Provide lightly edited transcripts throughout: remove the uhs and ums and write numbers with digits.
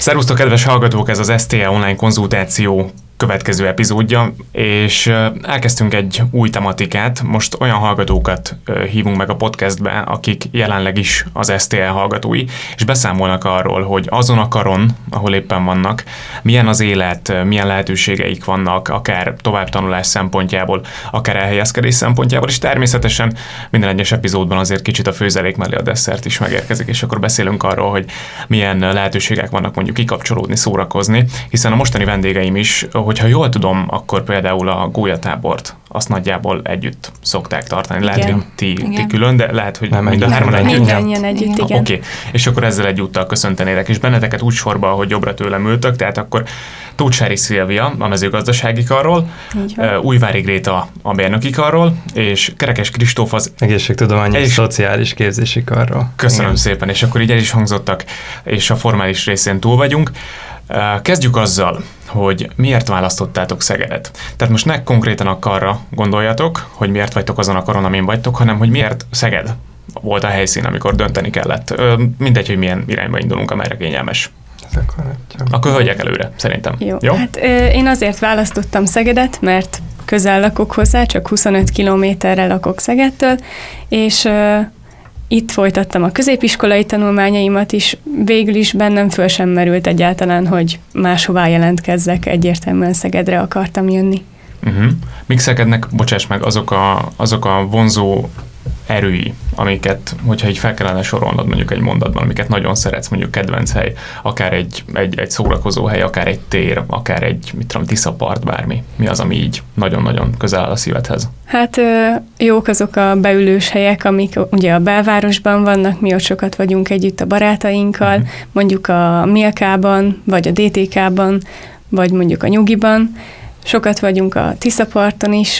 Szervusztok, kedves hallgatók, ez az STE online konzultáció következő epizódja, és elkezdtünk egy új tematikát. Most olyan hallgatókat hívunk meg a podcastbe, akik jelenleg is az STE hallgatói, és beszámolnak arról, hogy azon a karon, ahol éppen vannak, milyen az élet, milyen lehetőségeik vannak, akár továbbtanulás szempontjából, akár elhelyezkedés szempontjából, és természetesen minden egyes epizódban azért kicsit a főzelék mellé a desszert is megérkezik, és akkor beszélünk arról, hogy milyen lehetőségek vannak mondjuk kikapcsolódni, szórakozni, hiszen a mostani vendégeim is, hogyha jól tudom, akkor például a gólyatábort azt nagyjából együtt szokták tartani. Lehet, hogy ti külön, de lehet, hogy mind a hárman együtt. Mindannyian együtt, igen. Oké. És akkor ezzel egyúttal köszöntenélek, és benneteket úgy sorba, hogy jobbra tőlem ültök, tehát akkor Tócsári Szilvia a mezőgazdasági karról, Újvári Gréta a mérnöki karról, és Kerekes Kristóf az egészségtudományi és szociális képzési karról. Köszönöm szépen, és akkor így el is hangzottak, és a formális részén túl vagyunk. Kezdjük azzal, hogy miért választottátok Szegedet. Tehát most ne konkrétan a karra gondoljatok, hogy miért vagytok azon a karon, amin vagytok, hanem hogy miért Szeged volt a helyszín, amikor dönteni kellett. Mindegy, hogy milyen irányba indulunk, amerre kényelmes. Akkor hölgyek előre, szerintem. Jó? Hát én azért választottam Szegedet, mert közel lakok hozzá, csak 25 kilométerre lakok Szegedtől, és itt folytattam a középiskolai tanulmányaimat is, végül is bennem föl sem merült egyáltalán, hogy máshová jelentkezzek, egyértelműen Szegedre akartam jönni. Mik Szegednek, bocsáss meg, azok a vonzó erői, amiket, hogyha így fel kellene sorolnod mondjuk egy mondatban, amiket nagyon szeretsz, mondjuk kedvenc hely, akár egy szórakozó hely, akár egy tér, akár egy, Tiszapart, bármi. Mi az, ami így nagyon-nagyon közel áll a szívedhez? Hát jók azok a beülős helyek, amik ugye a belvárosban vannak, mi ott sokat vagyunk együtt a barátainkkal, mondjuk a Milkában, vagy a DTK-ban, vagy mondjuk a Nyugiban. Sokat vagyunk a Tiszaparton is.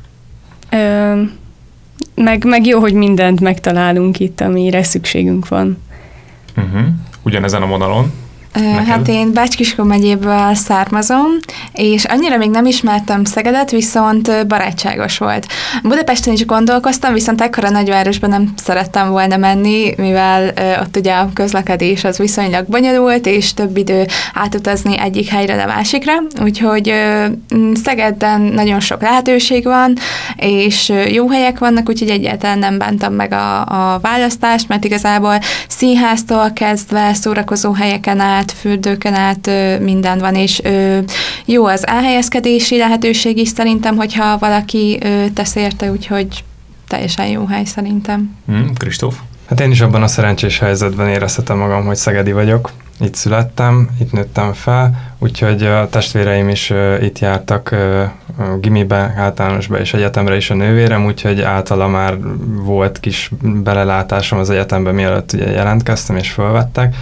Meg jó, hogy mindent megtalálunk itt, amire szükségünk van. Ugyanezen a vonalon? Hát én Bács-Kiskun megyéből származom, és annyira még nem ismertem Szegedet, viszont barátságos volt. Budapesten is gondolkoztam, viszont ekkora nagyvárosban nem szerettem volna menni, mivel ott ugye a közlekedés az viszonylag bonyolult, és több idő átutazni egyik helyre a másikra, úgyhogy Szegeden nagyon sok lehetőség van, és jó helyek vannak, úgyhogy egyáltalán nem bántam meg a választást, mert igazából színháztól kezdve szórakozó helyeken át, fürdőken át minden van, és jó az elhelyezkedési lehetőség is szerintem, hogyha valaki tesz érte, úgyhogy teljesen jó hely szerintem. Kristóf? Hát én is abban a szerencsés helyzetben érezhetem magam, hogy szegedi vagyok. Itt születtem, itt nőttem fel, úgyhogy a testvéreim is itt jártak gimibe, általánosba és egyetemre is a nővérem, úgyhogy általa már volt kis belelátásom az egyetembe, mielőtt ugye jelentkeztem és fölvettek.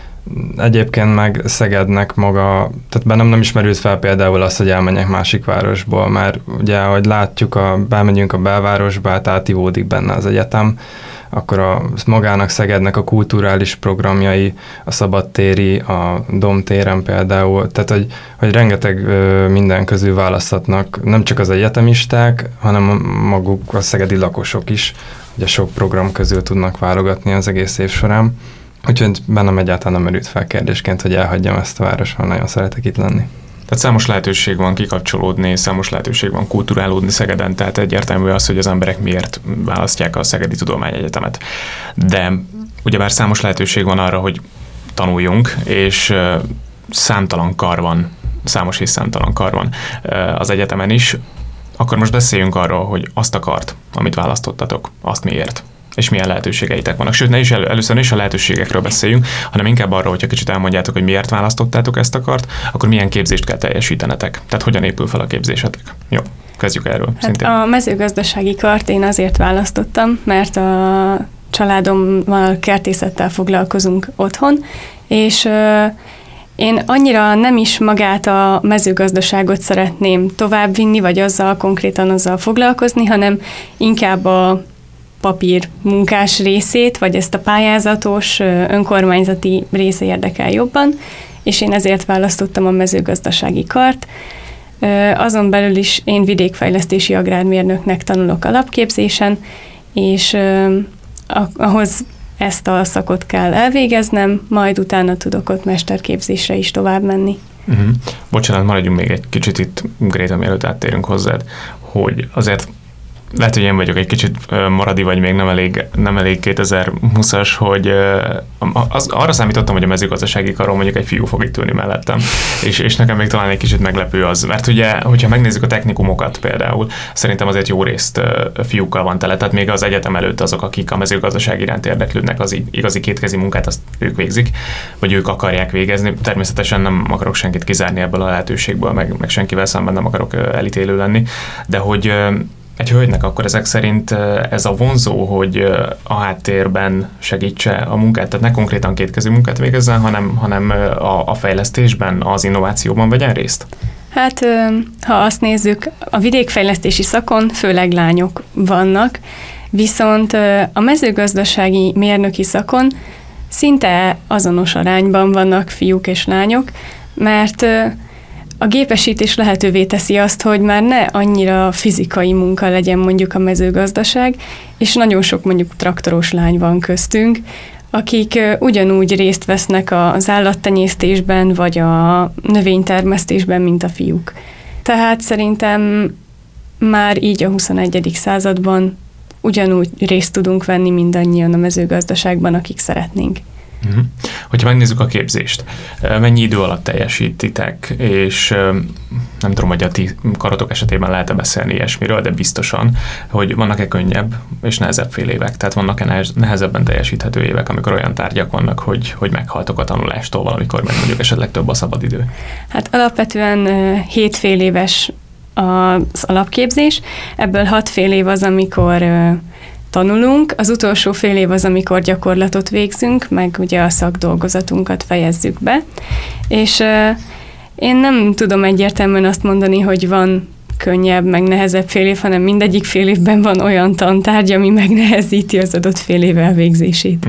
Egyébként meg Szegednek maga, tehát bennem nem ismerült fel például az, hogy elmenjek másik városból, mert ugye, ahogy látjuk, bemegyünk a belvárosba, átívódik benne az egyetem, akkor magának Szegednek a kulturális programjai, a szabadtéri, a Domtéren például, tehát hogy rengeteg minden közül választhatnak, nem csak az egyetemisták, hanem maguk a szegedi lakosok is, ugye sok program közül tudnak válogatni az egész év során. Úgyhogy bennem egyáltalán nem merült fel kérdésként, hogy elhagyjam ezt a várost, mert nagyon szeretek itt lenni. Tehát számos lehetőség van kikapcsolódni, számos lehetőség van kulturálódni Szegeden, tehát egyértelmű az, hogy az emberek miért választják a Szegedi Tudományegyetemet. De ugyebár számos lehetőség van arra, hogy tanuljunk, és számtalan kar van, számos és számtalan kar van az egyetemen is. Akkor most beszéljünk arról, hogy azt a kart, amit választottatok, azt miért? És milyen lehetőségeitek vannak. Sőt, először is a lehetőségekről beszéljünk, hanem inkább arról, hogyha kicsit elmondjátok, hogy miért választottátok ezt a kart, akkor milyen képzést kell teljesítenetek. Tehát hogyan épül fel a képzésetek. Jó, kezdjük erről. Hát a mezőgazdasági kart én azért választottam, mert a családommal kertészettel foglalkozunk otthon, és én annyira nem is magát a mezőgazdaságot szeretném továbbvinni, vagy konkrétan azzal foglalkozni, hanem inkább a papír munkás részét, vagy ezt a pályázatos, önkormányzati része érdekel jobban, és én ezért választottam a mezőgazdasági kart. Azon belül is én vidékfejlesztési agrármérnöknek tanulok alapképzésen, és ahhoz ezt a szakot kell elvégeznem, majd utána tudok ott mesterképzésre is tovább menni. Bocsánat, maradjunk még egy kicsit itt, Gréta, mielőtt áttérünk hozzád, hogy azért lehet, hogy én vagyok egy kicsit maradi, vagy még nem elég 2020-as, hogy arra számítottam, hogy a mezőgazdasági karon mondjuk egy fiú fog itt ülni mellettem, és nekem még talán egy kicsit meglepő az, mert ugye, hogyha megnézzük a technikumokat például, szerintem azért jó részt fiúkkal van tele, tehát még az egyetem előtt azok, akik a mezőgazdaság iránt érdeklődnek, az igazi kétkezi munkát, azt ők végzik, vagy ők akarják végezni. Természetesen nem akarok senkit kizárni ebből a lehetőségből, meg senkivel szemben nem akarok elítélő lenni, de hogy egy hölgynek akkor ezek szerint ez a vonzó, hogy a háttérben segítse a munkát, tehát ne konkrétan kétkezű munkát végezzen, hanem a fejlesztésben, az innovációban vegyen részt? Hát, ha azt nézzük, a vidékfejlesztési szakon főleg lányok vannak, viszont a mezőgazdasági mérnöki szakon szinte azonos arányban vannak fiúk és lányok, mert a gépesítés lehetővé teszi azt, hogy már ne annyira fizikai munka legyen mondjuk a mezőgazdaság, és nagyon sok mondjuk traktoros lány van köztünk, akik ugyanúgy részt vesznek az állattenyésztésben, vagy a növénytermesztésben, mint a fiúk. Tehát szerintem már így a 21. században ugyanúgy részt tudunk venni mindannyian a mezőgazdaságban, akik szeretnénk. Hogyha megnézzük a képzést, mennyi idő alatt teljesítitek, és nem tudom, hogy a ti karotok esetében lehet-e beszélni ilyesmiről, de biztosan, hogy vannak-e könnyebb és nehezebb fél évek, tehát vannak-e nehezebben teljesíthető évek, amikor olyan tárgyak vannak, hogy meghaltok a tanulástól valamikor, meg mondjuk esetleg több a szabadidő? Hát alapvetően 7 fél éves az alapképzés, ebből 6 fél év az, amikor tanulunk, az utolsó fél év az, amikor gyakorlatot végzünk, meg ugye a szakdolgozatunkat fejezzük be, és én nem tudom egyértelműen azt mondani, hogy van könnyebb, meg nehezebb fél év, hanem mindegyik fél évben van olyan tantárgy, ami megnehezíti az adott fél év elvégzését.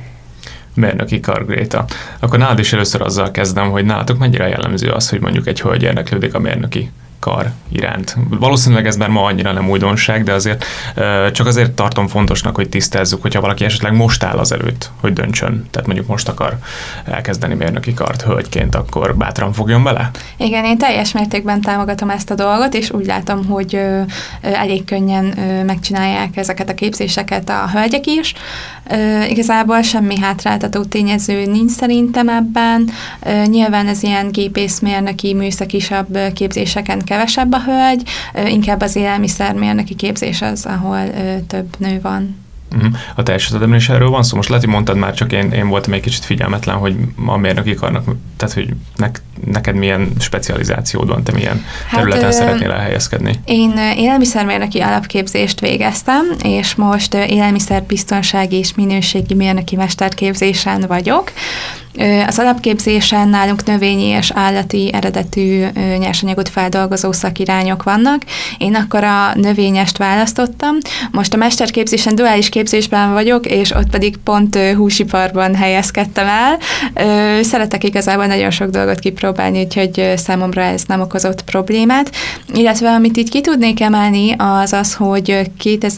Mérnöki kar, Gréta. Akkor nálad is először azzal kezdem, hogy nálatok mennyire jellemző az, hogy mondjuk egy hölgy érdeklődik a mérnöki kar iránt. Valószínűleg ez már ma annyira nem újdonság, de azért csak azért tartom fontosnak, hogy tisztázzuk, hogyha valaki esetleg most áll az előtt, hogy döntsön, tehát mondjuk most akar elkezdeni mérnöki kart hölgyként, akkor bátran fogjon bele? Igen, én teljes mértékben támogatom ezt a dolgot, és úgy látom, hogy elég könnyen megcsinálják ezeket a képzéseket a hölgyek is. Igazából semmi hátráltató tényező nincs szerintem ebben. Nyilván ez ilyen gépészmérnöki, műszakisabb képzéseken kevesebb a hölgy, inkább az élelmiszermérnöki képzés az, ahol több nő van. A te esetedben is erről van szó? Most lehet, hogy mondtad már, csak én voltam egy kicsit figyelmetlen, hogy a mérnöki karnak, tehát hogy neked milyen specializációd van, te milyen területen szeretnél elhelyezkedni? Én élelmiszermérnöki alapképzést végeztem, és most élelmiszerbiztonsági és minőségi mérnöki mesterképzésen vagyok. Az alapképzésen nálunk növényi és állati eredetű nyersanyagot feldolgozó szakirányok vannak. Én akkor a növényest választottam. Most a mesterképzésen duális képzésben vagyok, és ott pedig pont húsiparban helyezkedtem el. Szeretek igazából nagyon sok dolgot kipróbálni, úgyhogy számomra ez nem okozott problémát. Illetve amit így ki tudnék emelni, az az, hogy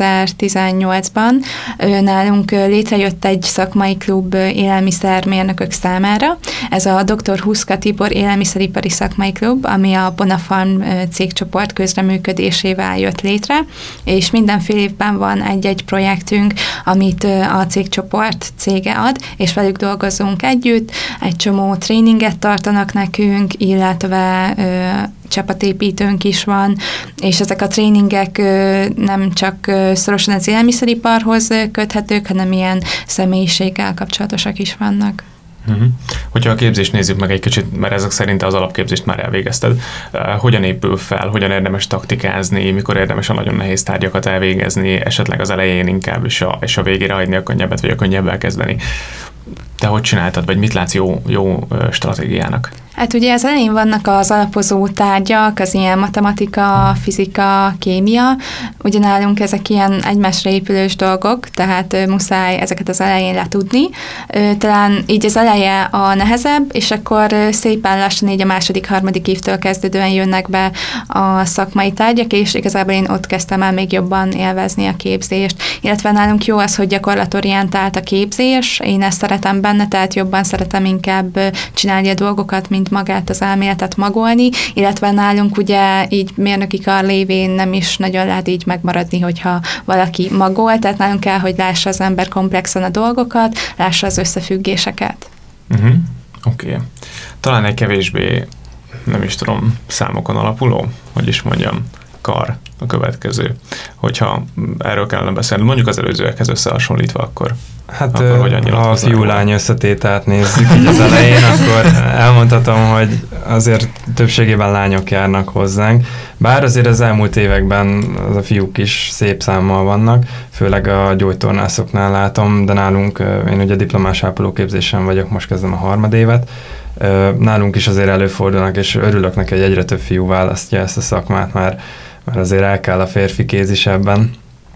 2018-ban nálunk létrejött egy szakmai klub élelmiszermérnökök számára. Ez a Dr. Huszka Tibor élelmiszeripari szakmai klub, ami a Bonafarm cégcsoport közreműködésével jött létre, és mindenfél évben van egy-egy projektünk, amit a cégcsoport cége ad, és velük dolgozunk együtt, egy csomó tréninget tartanak nekünk, illetve csapatépítőnk is van, és ezek a tréningek nem csak szorosan az élelmiszeriparhoz köthetők, hanem ilyen személyiséggel kapcsolatosak is vannak. Hogyha a képzést nézzük meg egy kicsit, mert ezek szerint az alapképzést már elvégezted, hogyan épül fel, hogyan érdemes taktikázni, mikor érdemes a nagyon nehéz tárgyakat elvégezni, esetleg az elején inkább, és a végére hagyni a könnyebbet, vagy a könnyebbel kezdeni. Te hogy csináltad, vagy mit látsz jó stratégiának? Hát ugye az elején vannak az alapozó tárgyak, az ilyen matematika, fizika, kémia. Ugye nálunk ezek ilyen egymásra épülős dolgok, tehát muszáj ezeket az elején letudni. Talán így az eleje a nehezebb, és akkor szépen lassan így a második, harmadik évtől kezdődően jönnek be a szakmai tárgyak, és igazából én ott kezdtem el még jobban élvezni a képzést. Illetve nálunk jó az, hogy gyakorlatorientált a képzés, én ezt szeretem benne, tehát jobban szeretem inkább csinálni a dolgokat, mint magát az elméletet magolni, illetve nálunk ugye így mérnöki kar lévén nem is nagyon lehet így megmaradni, hogyha valaki magol, tehát nálunk kell, hogy lássa az ember komplexen a dolgokat, lássa az összefüggéseket. Oké. Talán egy kevésbé, nem is tudom, számokon alapuló, hogy is mondjam, kar a következő. Hogyha erről kellene beszélni, mondjuk az előzőekhez összehasonlítva, akkor hát akkor ha a fiú-lány összetételt nézzük így az elején, akkor elmondhatom, hogy azért többségében lányok járnak hozzánk, bár azért az elmúlt években az a fiúk is szép számmal vannak, főleg a gyógytornászoknál látom, de nálunk, én ugye diplomás ápolóképzésen vagyok, most kezdem a harmadévet, nálunk is azért előfordulnak, és örülök neki, hogy egyre több fiú választja ezt a szakmát, mert azért el kell a férfi kéz is ebben.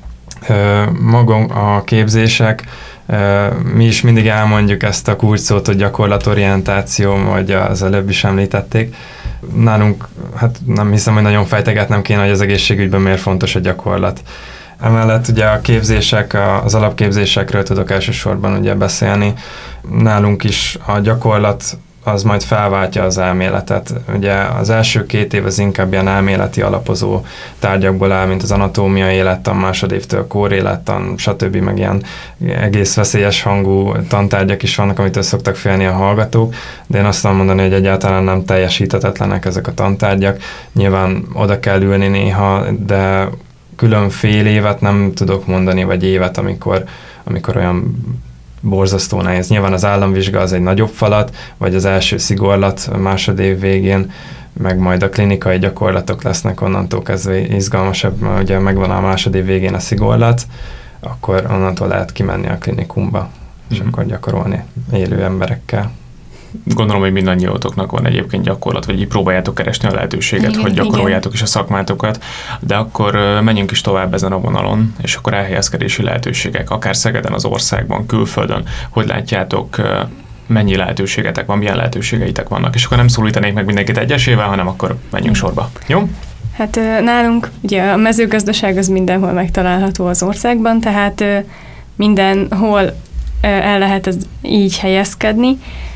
Maga a képzések, mi is mindig elmondjuk ezt a kulcsszót, hogy gyakorlatorientáció, vagy az előbb is említették. Nálunk, hát nem hiszem, hogy nagyon fejtegetnem kéne, hogy az egészségügyben miért fontos a gyakorlat. Emellett ugye a képzések, az alapképzésekről tudok elsősorban ugye beszélni. Nálunk is a gyakorlat az majd felváltja az elméletet. Ugye az első 2 év az inkább ilyen elméleti alapozó tárgyakból áll, mint az anatómia, élettan, másodévtől kórélettan, stb. Meg ilyen egész veszélyes hangú tantárgyak is vannak, amitől szoktak félni a hallgatók, de én azt tudom mondani, hogy egyáltalán nem teljesíthetetlenek ezek a tantárgyak. Nyilván oda kell ülni néha, de külön fél évet nem tudok mondani, vagy évet, amikor olyan borzasztó nehéz. Nyilván az államvizsga az egy nagyobb falat, vagy az első szigorlat másodév végén, meg majd a klinikai gyakorlatok lesznek onnantól kezdve izgalmasabb, mert ugye megvan a másodév végén a szigorlat, akkor onnantól lehet kimenni a klinikumba, és akkor gyakorolni élő emberekkel. Gondolom, hogy mindannyiótoknak van egyébként gyakorlat, vagy így próbáljátok keresni a lehetőséget, igen, hogy gyakoroljátok is a szakmátokat, de akkor menjünk is tovább ezen a vonalon, és akkor elhelyezkedési lehetőségek, akár Szegeden, az országban, külföldön, hogy látjátok, mennyi lehetőségetek van, milyen lehetőségeitek vannak, és akkor nem szólítanék meg mindenkit egyesével, hanem akkor menjünk sorba. Jó? Hát nálunk ugye a mezőgazdaság az mindenhol megtalálható az országban, tehát mindenhol el lehet ez így helyezkedni.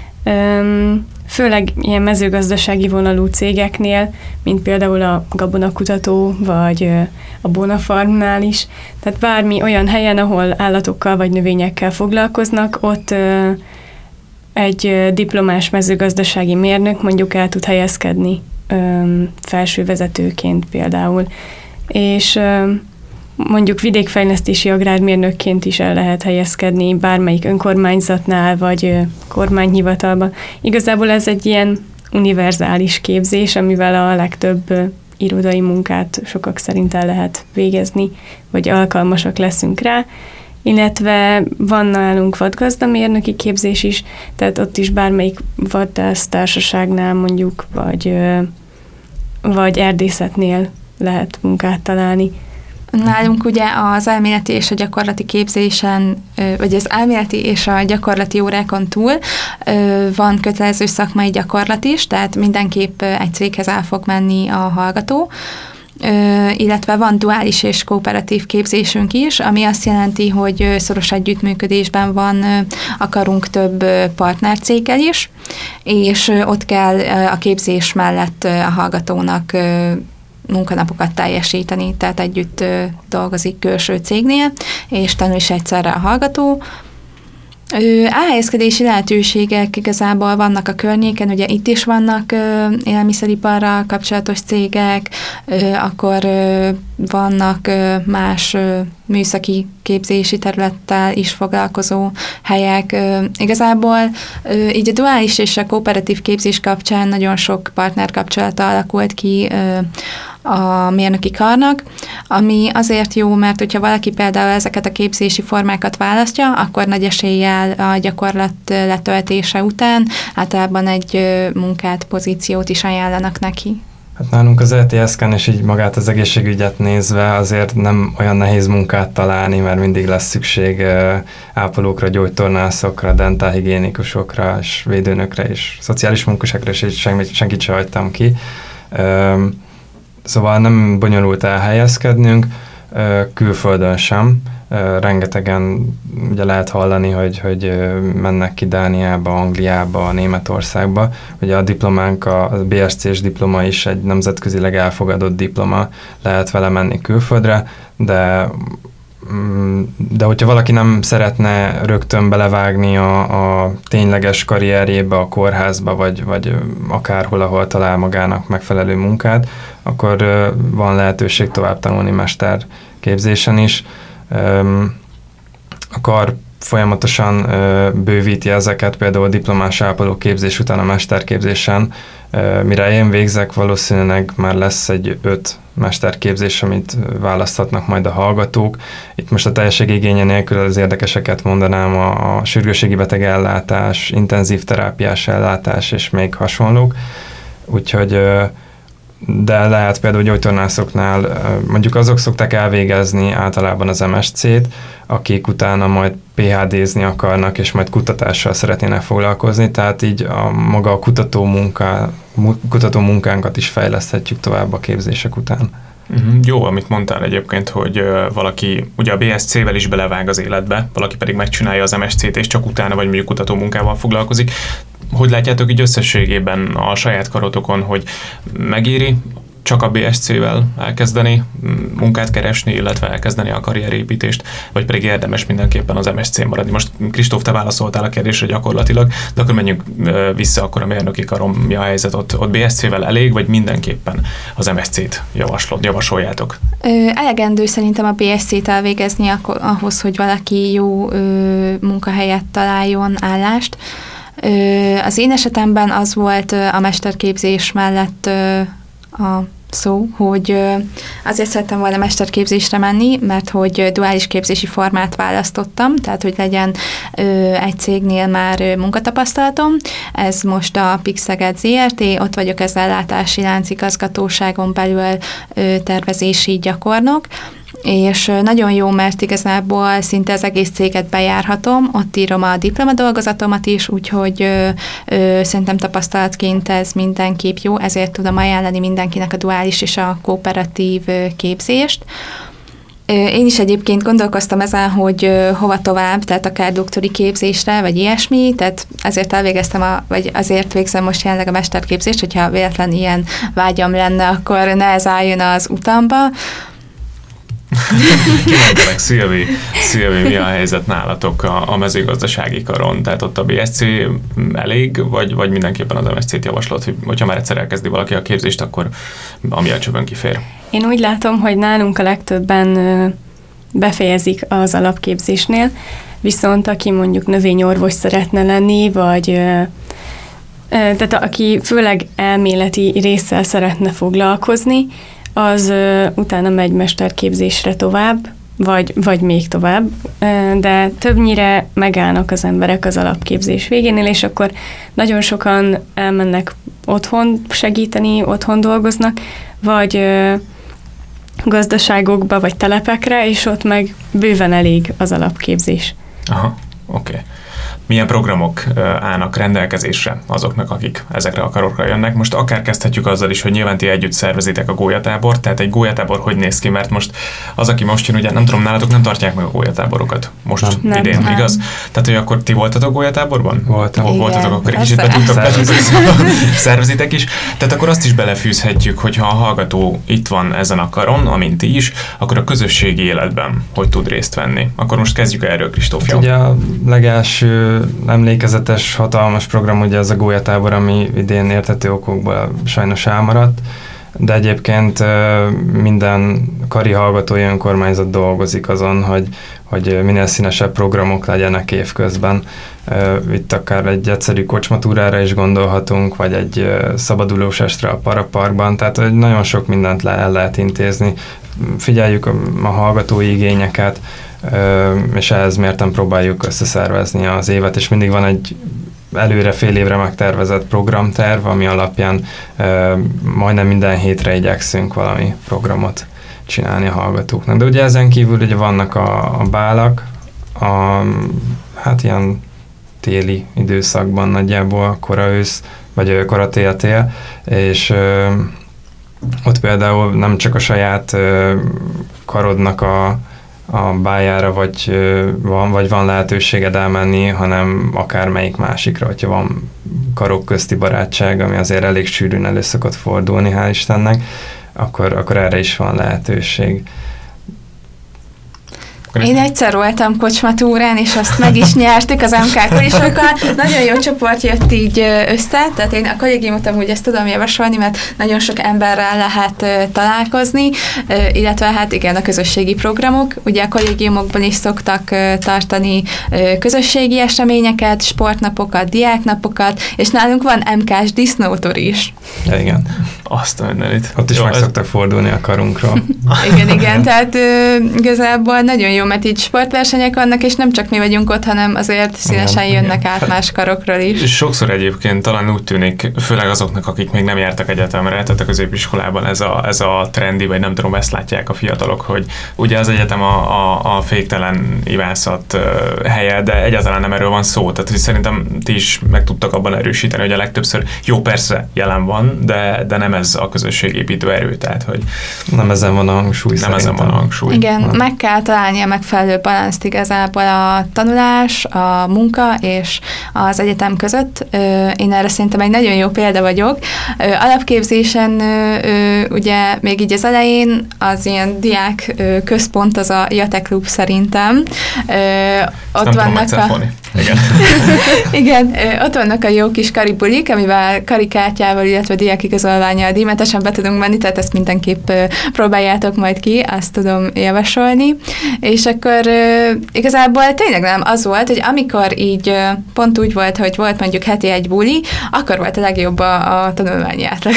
Főleg ilyen mezőgazdasági vonalú cégeknél, mint például a Gabonakutató, vagy a Bonafarmnál is. Tehát bármi olyan helyen, ahol állatokkal vagy növényekkel foglalkoznak, ott egy diplomás mezőgazdasági mérnök mondjuk el tud helyezkedni felsővezetőként például. És mondjuk vidékfejlesztési agrármérnökként is el lehet helyezkedni bármelyik önkormányzatnál, vagy kormányhivatalban. Igazából ez egy ilyen univerzális képzés, amivel a legtöbb irodai munkát sokak szerint el lehet végezni, vagy alkalmasak leszünk rá. Illetve van nálunk vadgazdamérnöki képzés is, tehát ott is bármelyik vadásztársaságnál mondjuk, vagy erdészetnél lehet munkát találni. Nálunk ugye az elméleti és a gyakorlati képzésen, vagy az elméleti és a gyakorlati órákon túl van kötelező szakmai gyakorlat is, tehát mindenképp egy céghez el fog menni a hallgató, illetve van duális és kooperatív képzésünk is, ami azt jelenti, hogy szoros együttműködésben akarunk több partnercéggel is, és ott kell a képzés mellett a hallgatónak munkanapokat teljesíteni, tehát együtt dolgozik külső cégnél, és tanul is egyszerre a hallgató. Elhelyezkedési lehetőségek igazából vannak a környéken, ugye itt is vannak élelmiszeriparral kapcsolatos cégek, akkor vannak más műszaki képzési területtel is foglalkozó helyek. Igazából így a duális és a kooperatív képzés kapcsán nagyon sok partnerkapcsolata alakult ki a mérnöki karnak, ami azért jó, mert hogyha valaki például ezeket a képzési formákat választja, akkor nagy eséllyel a gyakorlat letöltése után általában egy munkát, pozíciót is ajánlanak neki. Hát nálunk az ETSK-n és így magát az egészségügyet nézve azért nem olyan nehéz munkát találni, mert mindig lesz szükség ápolókra, gyógytornászokra, dentálhigiénikusokra, és védőnökre, és szociális munkásokra, és senkit se hagytam ki. Szóval nem bonyolult elhelyezkednünk, külföldön sem. Rengetegen ugye lehet hallani, hogy mennek ki Dániába, Angliába, Németországba. Ugye a diplománk, a BSC-s diploma is egy nemzetközileg elfogadott diploma, lehet vele menni külföldre, de hogyha valaki nem szeretne rögtön belevágni a tényleges karrierjébe, a kórházba, vagy akárhol, ahol talál magának megfelelő munkát, akkor van lehetőség tovább tanulni mesterképzésen is. A kar folyamatosan bővíti ezeket, például a diplomás ápoló képzés után a mesterképzésen. Mire én végzek, valószínűleg már lesz egy 5 mesterképzés, amit választhatnak majd a hallgatók. Itt most a teljességigénye nélkül az érdekeseket mondanám, a sürgősségi betegellátás, intenzív terápiás ellátás és még hasonlók. Úgyhogy de lehet például gyógytornászoknál, mondjuk azok szokták elvégezni általában az MSC-t, akik utána majd PhD-zni akarnak, és majd kutatással szeretnének foglalkozni, tehát így maga a kutató munkánkat is fejleszthetjük tovább a képzések után. Jó, amit mondtál egyébként, hogy valaki ugye a BSC-vel is belevág az életbe, valaki pedig megcsinálja az MSC-t, és csak utána vagy mondjuk kutató munkával foglalkozik. Hogy látjátok így összességében a saját karotokon, hogy megéri csak a BSC-vel elkezdeni munkát keresni, illetve elkezdeni a karrierépítést, vagy pedig érdemes mindenképpen az MSC-n maradni? Most Kristóf, te válaszoltál a kérdésre gyakorlatilag, de akkor menjünk vissza, akkor a mérnöki karon mi a helyzet? Ott BSC-vel elég, vagy mindenképpen az MSC-t javasoljátok? Elegendő szerintem a BSC-t elvégezni ahhoz, hogy valaki jó munkahelyet találjon, állást. Az én esetemben az volt a mesterképzés mellett a szó, hogy azért szerettem volna mesterképzésre menni, mert hogy duális képzési formát választottam, tehát hogy legyen egy cégnél már munkatapasztalatom. Ez most a PIK Szeged ZRT, ott vagyok az ellátási láncigazgatóságon belül tervezési gyakornok, és nagyon jó, mert igazából szinte az egész céget bejárhatom, ott írom a diplomadolgozatomat is, úgyhogy szerintem tapasztalatként ez mindenképp jó, ezért tudom ajánlani mindenkinek a duális és a kooperatív képzést. Én is egyébként gondolkoztam ezen, hogy hova tovább, tehát akár doktori képzésre, vagy ilyesmi, tehát ezért elvégeztem, vagy azért végzem most jelenleg a mesterképzést, hogyha véletlen ilyen vágyam lenne, akkor ne ez álljon az utamba. Kérdelek, Szilvi, mi a helyzet nálatok a mezőgazdasági karon? Tehát ott a BSC elég, vagy mindenképpen az MSC-t javaslod, hogyha már egyszer elkezdi valaki a képzést, akkor ami a csövön kifér? Én úgy látom, hogy nálunk a legtöbben befejezik az alapképzésnél, viszont aki mondjuk növényorvos szeretne lenni, vagy tehát aki főleg elméleti résszel szeretne foglalkozni, az utána megy mesterképzésre tovább, vagy még tovább, de többnyire megállnak az emberek az alapképzés végénél, és akkor nagyon sokan elmennek otthon segíteni, otthon dolgoznak, vagy gazdaságokba, vagy telepekre, és ott meg bőven elég az alapképzés. Aha, oké. Milyen programok állnak rendelkezésre azoknak, akik ezekre a karokra jönnek? Most akár kezdhetjük azzal is, hogy nyilván ti együtt szervezitek a gólyatábort, tehát egy gólyatábor hogy néz ki? Mert most az, aki most jön, ugye nem tudom, nálatok nem tartják meg a gólyatáborokat most nem, idén, nem. Igaz? Tehát, hogy akkor ti voltatok gólyatáborban? Voltatok, akkor egy kicsit be tudtok szervezitek is. Tehát akkor azt is belefűzhetjük, hogyha a hallgató itt van ezen a karon, amint ti is, akkor a közösségi életben hogy tud részt venni? Akkor most kezdjük erről, Kristóf. Hát ugye a legelső emlékezetes, hatalmas program ugye az a gólyatábor, ami idén érthető okokból sajnos elmaradt. de egyébként minden kari hallgatói önkormányzat dolgozik azon, hogy minél színesebb programok legyenek évközben. Itt akár egy egyszerű kocsmatúrára is gondolhatunk, vagy egy szabadulós estre a Paraparkban, tehát nagyon sok mindent el lehet intézni. Figyeljük a hallgatói igényeket, és ehhez mérten próbáljuk összeszervezni az évet, és mindig van egy előre fél évre megtervezett programterv, ami alapján majdnem minden hétre igyekszünk valami programot csinálni a hallgatóknak. De ugye ezen kívül ugye vannak a bálak, hát ilyen téli időszakban nagyjából, kora ősz, vagy kora tél, és ott például nem csak a saját karodnak a bájára vagy van lehetőséged elmenni, hanem akármelyik másikra, hogyha van karok közti barátság, ami azért elég sűrűn elő szokott fordulni, hál' Istennek, akkor erre is van lehetőség. Én egyszer voltam kocsmatúrán, és azt meg is nyertük az MK-kor, és akkor nagyon jó csoport jött így össze, tehát én a kollégiumot amúgy ezt tudom javasolni, mert nagyon sok emberrel lehet találkozni, illetve hát igen, a közösségi programok, ugye a kollégiumokban is szoktak tartani közösségi eseményeket, sportnapokat, diáknapokat, és nálunk van MK-s disznótor is. Ja, igen. Azt a mindenit. Ott is meg szoktak fordulni a karunkról. Igen, tehát igazából nagyon jó, mert így sportversenyek vannak, és nem csak mi vagyunk ott, hanem azért színesen jönnek át más karokról is. Sokszor egyébként talán úgy tűnik, főleg azoknak, akik még nem jártak egyetemre, tehát a középiskolában ez a trendi, vagy nem tudom, ezt látják a fiatalok, hogy ugye az egyetem a féktelen ivászat helye, de egyáltalán nem erről van szó. Tehát hogy szerintem ti is meg tudtak abban erősíteni, hogy a legtöbbször jó, persze jelen van, de nem ez a közösségépítő erő, tehát hogy nem ezen van a hangsúly. Nem ezen van a hangsúly. Igen, meg kell találni a megfelelő balanszt igazából a tanulás, a munka és az egyetem között. Én erre szerintem egy nagyon jó példa vagyok. Alapképzésen ugye még így az elején az ilyen diák központ az a Jate Klub szerintem. Ott vannak igen. Igen, ott vannak a jó kis karibulik, amivel karikártyával, illetve diákigazolvánnyal díjmentesen be tudunk menni, tehát ezt mindenképp próbáljátok majd ki, azt tudom javasolni. És akkor igazából tényleg nem az volt, hogy amikor így pont úgy volt, hogy volt mondjuk heti egy buli, akkor volt a legjobb a tanulmányi átlag.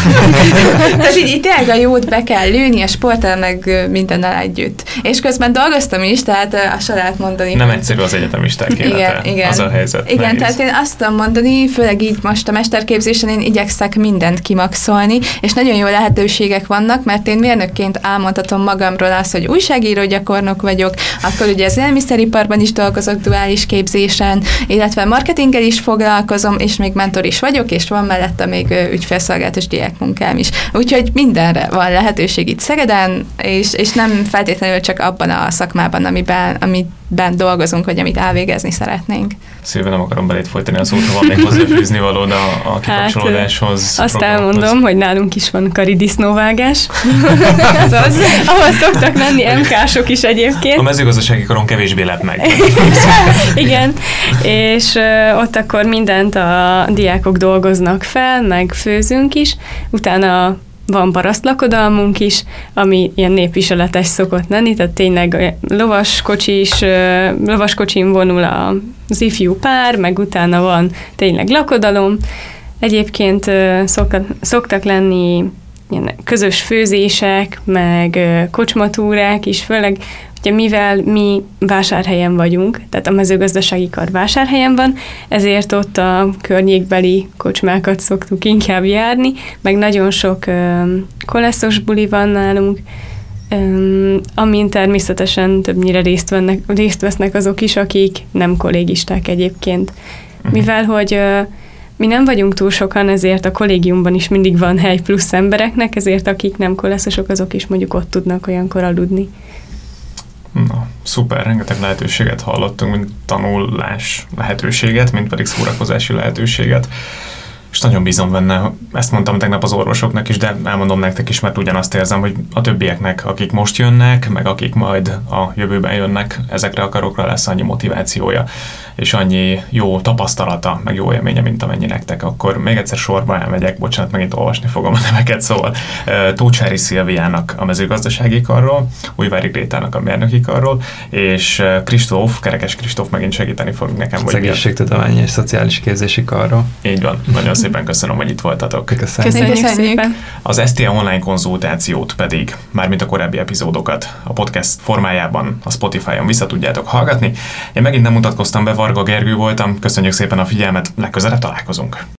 Tehát így tényleg a jót be kell lőni, a sporttal meg mindennel együtt. És közben dolgoztam is, tehát azt se lehet mondani. Nem egyszerű az egyetemisták élete. Igen. Az a helyzet. Igen, nehéz. tehát én azt tudom mondani, főleg így most a mesterképzésen én igyekszek mindent kimaxolni, és nagyon jó lehetőségek vannak, mert én mérnökként elmondhatom magamról azt, hogy újságíró gyakornok vagyok, akkor ugye az élelmiszeriparban is dolgozok duális képzésen, illetve marketinggel is foglalkozom, és még mentor is vagyok, és van mellette még ügyfélszolgálatos diákmunkám is. Úgyhogy mindenre van lehetőség itt Szegeden, és nem feltétlenül csak abban a szakmában, amiben dolgozunk, vagy amit elvégezni szeretnénk. Szilvi, nem akarom belét folytani az út, ha van még hozzáfűzni valód a kikapcsolódáshoz. Azt elmondom, hogy nálunk is van kari disznóvágás, azaz, ahol szoktak lenni MK-sok is egyébként. A mezőgazdasági karon kevésbé lep meg. Igen, és ott akkor mindent a diákok dolgoznak fel, meg főzünk is, utána van parasztlakodalmunk is, ami ilyen népviseletes szokott lenni, tehát tényleg lovaskocsin vonul az ifjú pár, meg utána van tényleg lakodalom. Egyébként szoktak lenni ilyen közös főzések, meg kocsmatúrák is, főleg ugye mivel mi vásárhelyen vagyunk, tehát a mezőgazdasági kar vásárhelyen van, ezért ott a környékbeli kocsmákat szoktuk inkább járni, meg nagyon sok koleszos buli van nálunk, amin természetesen többnyire részt vesznek azok is, akik nem kollégisták egyébként. Mivel, hogy mi nem vagyunk túl sokan, ezért a kollégiumban is mindig van hely plusz embereknek, ezért akik nem koleszosok, azok is mondjuk ott tudnak olyankor aludni. Na, szuper, rengeteg lehetőséget hallottunk, mint tanulás lehetőséget, mint pedig szórakozási lehetőséget. És nagyon bízom benne, ezt mondtam tegnap az orvosoknak is, de elmondom nektek is, mert ugyanazt érzem, hogy a többieknek, akik most jönnek, meg akik majd a jövőben jönnek, ezekre a karokra lesz annyi motivációja, és annyi jó tapasztalata, meg jó élménye, mint amennyi nektek. Akkor még egyszer sorba elmegyek, bocsánat, megint olvasni fogom a neveket, szóval Tócsári Szilviának a mezőgazdasági karról, Újvári Grétának a mérnöki karról, és Kerekes Kristóf megint segíteni fog nekem. Az egészségtudományi és szociális képzési karról. Így van, nagyon szépen köszönöm, hogy itt voltatok. Köszönjük szépen. Az STA online konzultációt pedig, mármint a korábbi epizódokat a podcast formájában a Spotify-on vissza tudjátok hallgatni. Én megint nem mutatkoztam be, Varga Gergő voltam, köszönjük szépen a figyelmet, legközelebb találkozunk.